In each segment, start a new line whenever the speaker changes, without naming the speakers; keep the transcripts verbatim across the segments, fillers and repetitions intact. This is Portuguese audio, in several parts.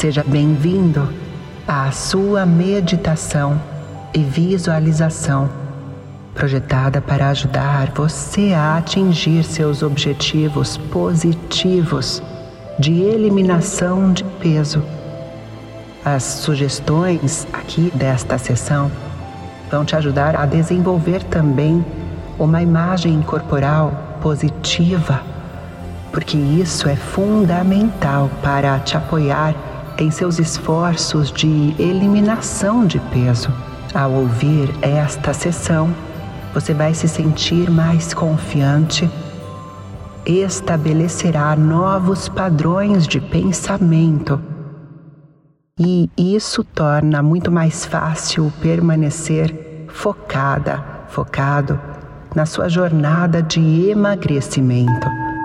Seja bem-vindo à sua meditação e visualização, projetada para ajudar você a atingir seus objetivos positivos de eliminação de peso. As sugestões aqui desta sessão vão te ajudar a desenvolver também uma imagem corporal positiva, porque isso é fundamental para te apoiar em seus esforços de eliminação de peso. Ao ouvir esta sessão, você vai se sentir mais confiante, estabelecerá novos padrões de pensamento e isso torna muito mais fácil permanecer focada, focado na sua jornada de emagrecimento.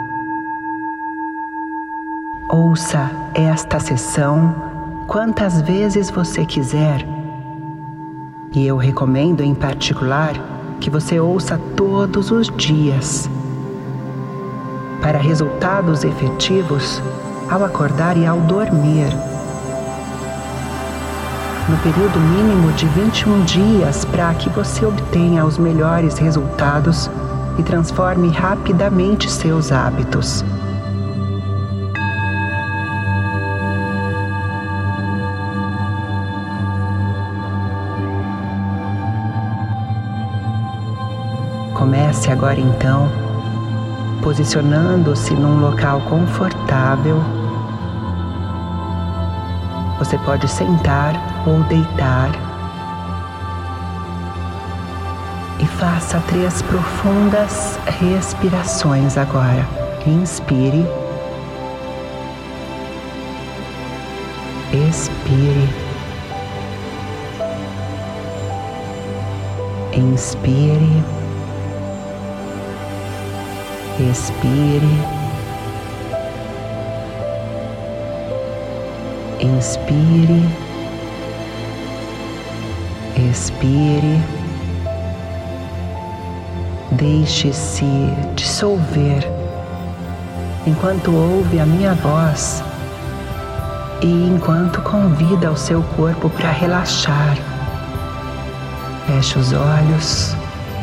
Ouça esta sessão quantas vezes você quiser. E eu recomendo em particular que você ouça todos os dias. Para resultados efetivos ao acordar e ao dormir. No período mínimo de vinte e um dias para que você obtenha os melhores resultados e transforme rapidamente seus hábitos. Comece agora então, posicionando-se num local confortável. Você pode sentar ou deitar e faça três profundas respirações agora. Inspire, expire, inspire, expire, inspire, expire, deixe-se dissolver enquanto ouve a minha voz e enquanto convida o seu corpo para relaxar. Feche os olhos.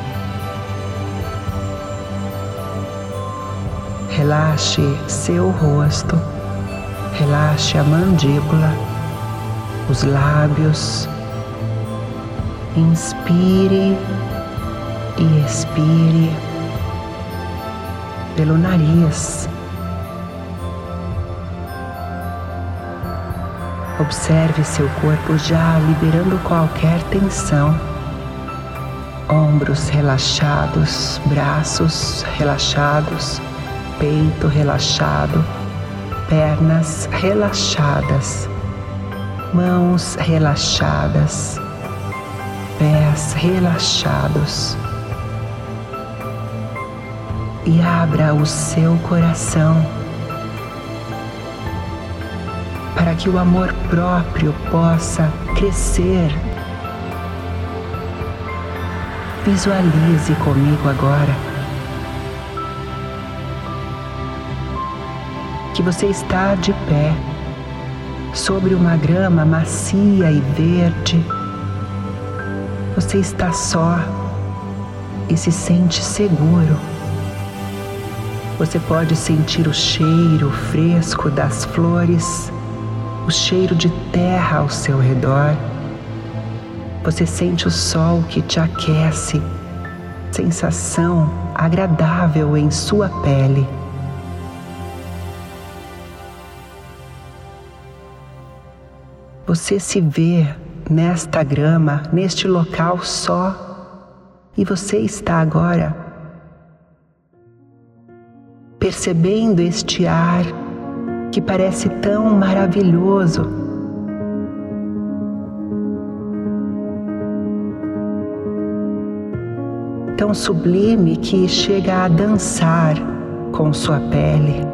Relaxe seu rosto, relaxe a mandíbula, os lábios. Inspire e expire pelo nariz. Observe seu corpo já liberando qualquer tensão. Ombros relaxados, braços relaxados, peito relaxado, pernas relaxadas, mãos relaxadas, pés relaxados. E abra o seu coração para que o amor próprio possa crescer. Visualize comigo agora que você está de pé sobre uma grama macia e verde. Você está só e se sente seguro. Você pode sentir o cheiro fresco das flores, o cheiro de terra ao seu redor. Você sente o sol que te aquece, sensação agradável em sua pele. Você se vê nesta grama, neste local só, e você está agora percebendo este ar que parece tão maravilhoso. Tão sublime que chega a dançar com sua pele.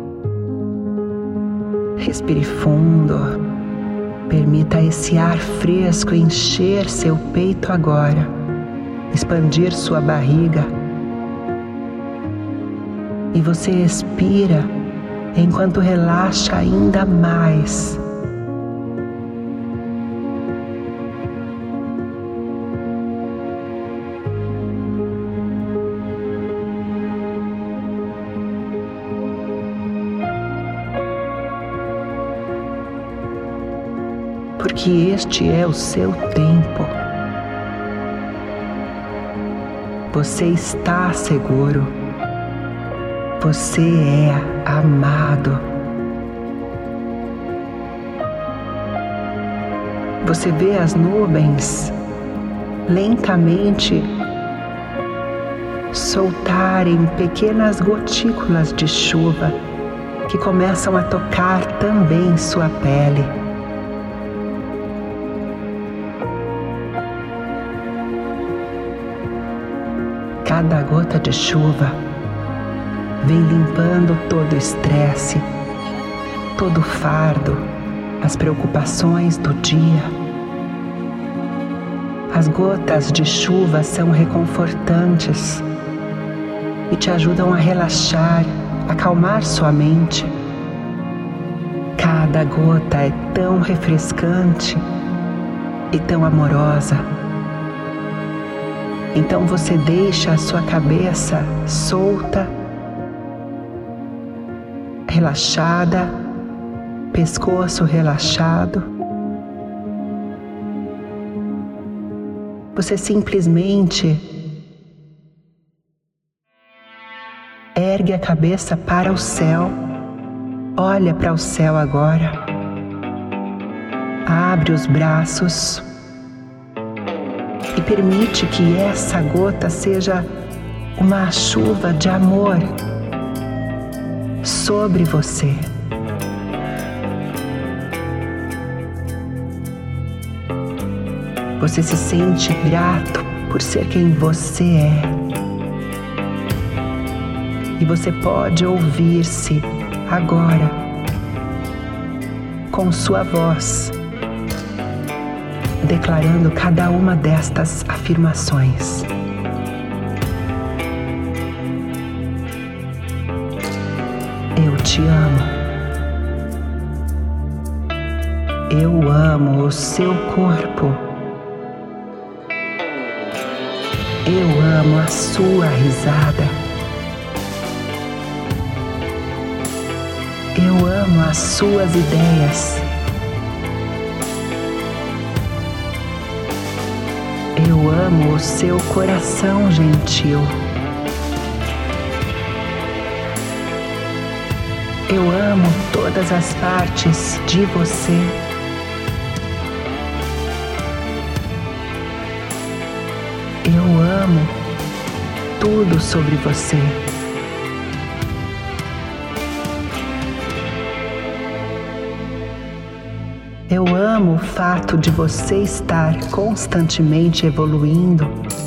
Respire fundo. Permita esse ar fresco encher seu peito agora, expandir sua barriga. E você expira enquanto relaxa ainda mais porque este é o seu tempo. Você está seguro. Você é amado. Você vê as nuvens lentamente soltarem pequenas gotículas de chuva que começam a tocar também sua pele. Cada gota de chuva vem limpando todo o estresse, todo o fardo, as preocupações do dia. As gotas de chuva são reconfortantes e te ajudam a relaxar, acalmar sua mente. Cada gota é tão refrescante e tão amorosa. Então você deixa a sua cabeça solta, relaxada, pescoço relaxado. Você simplesmente ergue a cabeça para o céu, olha para o céu agora, abre os braços e permite que essa gota seja uma chuva de amor sobre você. Você se sente grato por ser quem você é. E você pode ouvir-se agora com sua voz, declarando cada uma destas afirmações. Eu te amo. Eu amo o seu corpo. Eu amo a sua risada. Eu amo as suas ideias. Eu amo o seu coração gentil. Eu amo todas as partes de você. Eu amo tudo sobre você. Eu amo o fato de você estar constantemente evoluindo.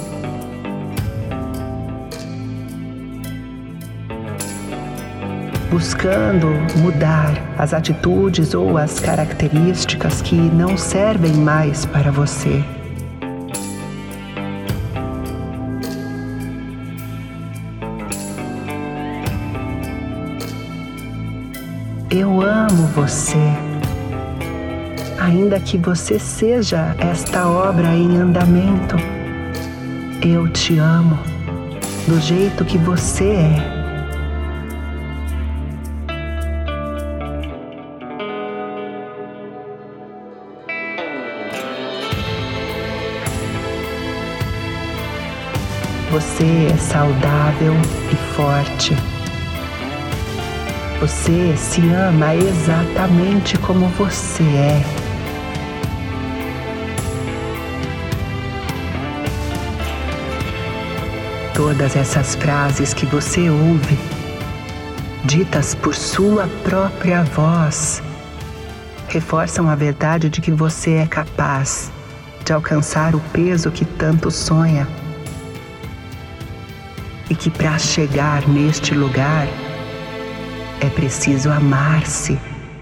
Buscando mudar as atitudes ou as características que não servem mais para você. Eu amo você, ainda que você seja esta obra em andamento. Eu te amo do jeito que você é. Você é saudável e forte. Você se ama exatamente como você é. Todas essas frases que você ouve, ditas por sua própria voz, reforçam a verdade de que você é capaz de alcançar o peso que tanto sonha. E que para chegar neste lugar é preciso amar-se.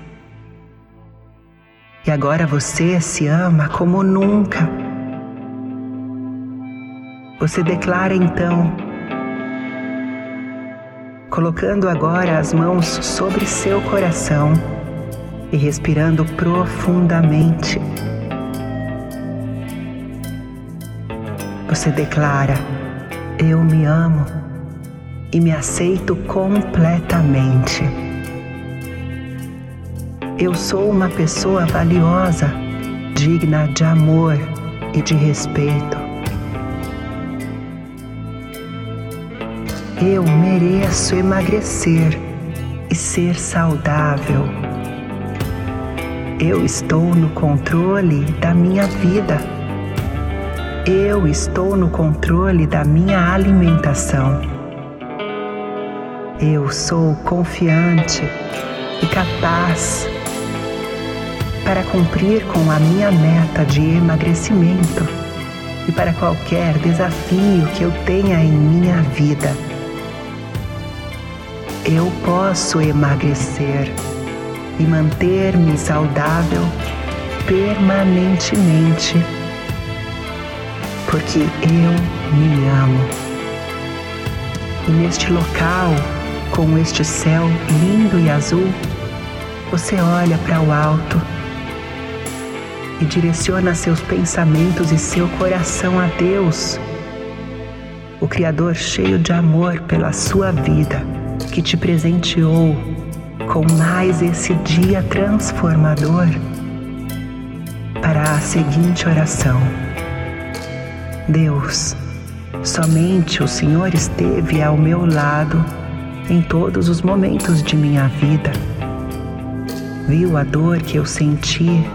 E agora você se ama como nunca. Você declara então, colocando agora as mãos sobre seu coração e respirando profundamente. Você declara: eu me amo e me aceito completamente. Eu sou uma pessoa valiosa digna de amor e de respeito. Eu mereço emagrecer e ser saudável. Eu estou no controle da minha vida. Eu estou no controle da minha alimentação. Eu sou confiante e capaz para cumprir com a minha meta de emagrecimento e para qualquer desafio que eu tenha em minha vida. Eu posso emagrecer e manter-me saudável permanentemente, porque eu me amo. E neste local, com este céu lindo e azul, você olha para o alto e direciona seus pensamentos e seu coração a Deus, o Criador cheio de amor pela sua vida, que te presenteou com mais esse dia transformador, para a seguinte oração: Deus, somente o Senhor esteve ao meu lado em todos os momentos de minha vida. Viu a dor que eu senti,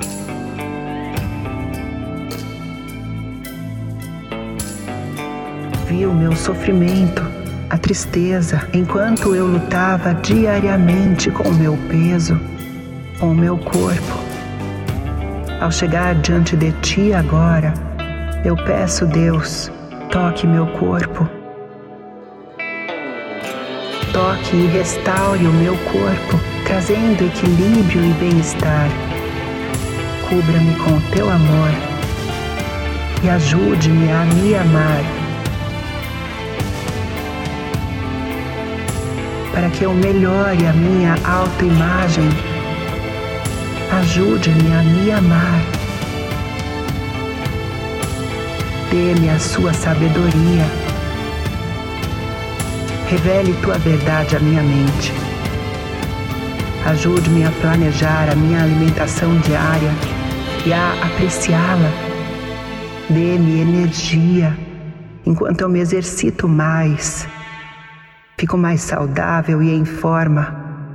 viu meu sofrimento, a tristeza, enquanto eu lutava diariamente com o meu peso, com o meu corpo. Ao chegar diante de Ti agora, eu peço, Deus, toque meu corpo. Toque e restaure o meu corpo, trazendo equilíbrio e bem-estar. Cubra-me com o Teu amor e ajude-me a me amar, para que eu melhore a minha autoimagem. Ajude-me a me amar. Dê-me a sua sabedoria. Revele Tua verdade à minha mente. Ajude-me a planejar a minha alimentação diária e a apreciá-la. Dê-me energia enquanto eu me exercito mais. Fico mais saudável e em forma.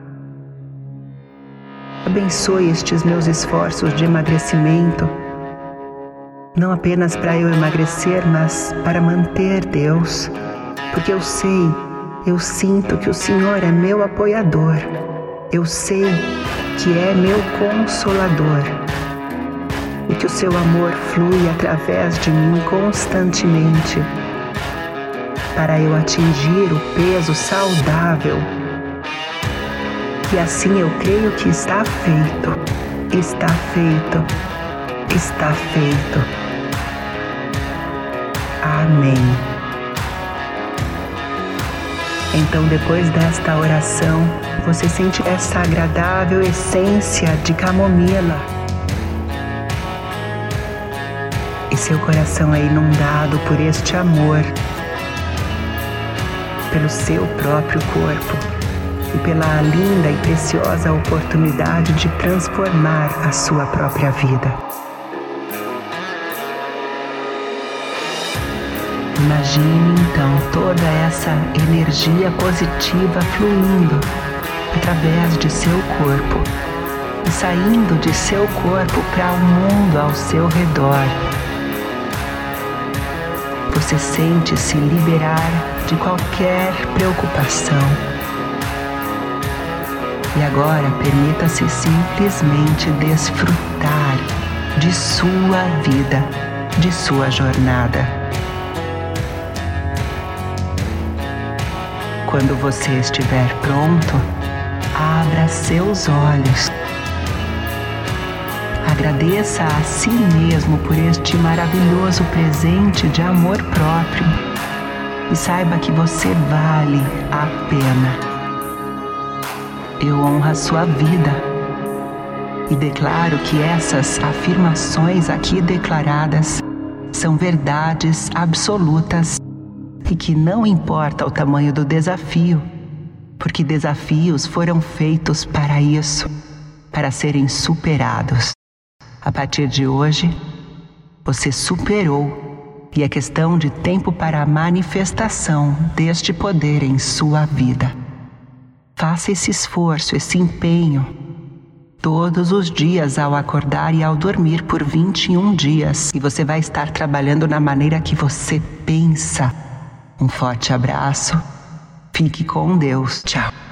Abençoe estes meus esforços de emagrecimento, não apenas para eu emagrecer, mas para manter Deus, porque eu sei, eu sinto que o Senhor é meu apoiador. Eu sei que é meu consolador e que o seu amor flui através de mim constantemente, para eu atingir o peso saudável. E assim eu creio que está feito, está feito, está feito. Amém. Então, depois desta oração, você sente essa agradável essência de camomila e seu coração é inundado por este amor, pelo seu próprio corpo e pela linda e preciosa oportunidade de transformar a sua própria vida. Imagine então toda essa energia positiva fluindo através de seu corpo e saindo de seu corpo para o mundo ao seu redor. Você sente-se liberar de qualquer preocupação. E agora permita-se simplesmente desfrutar de sua vida, de sua jornada. Quando você estiver pronto, abra seus olhos. Agradeça a si mesmo por este maravilhoso presente de amor próprio e saiba que você vale a pena. Eu honro a sua vida e declaro que essas afirmações aqui declaradas são verdades absolutas e que não importa o tamanho do desafio, porque desafios foram feitos para isso, para serem superados. A partir de hoje, você superou e é questão de tempo para a manifestação deste poder em sua vida. Faça esse esforço, esse empenho, todos os dias ao acordar e ao dormir por vinte e um dias. E você vai estar trabalhando na maneira que você pensa. Um forte abraço. Fique com Deus. Tchau.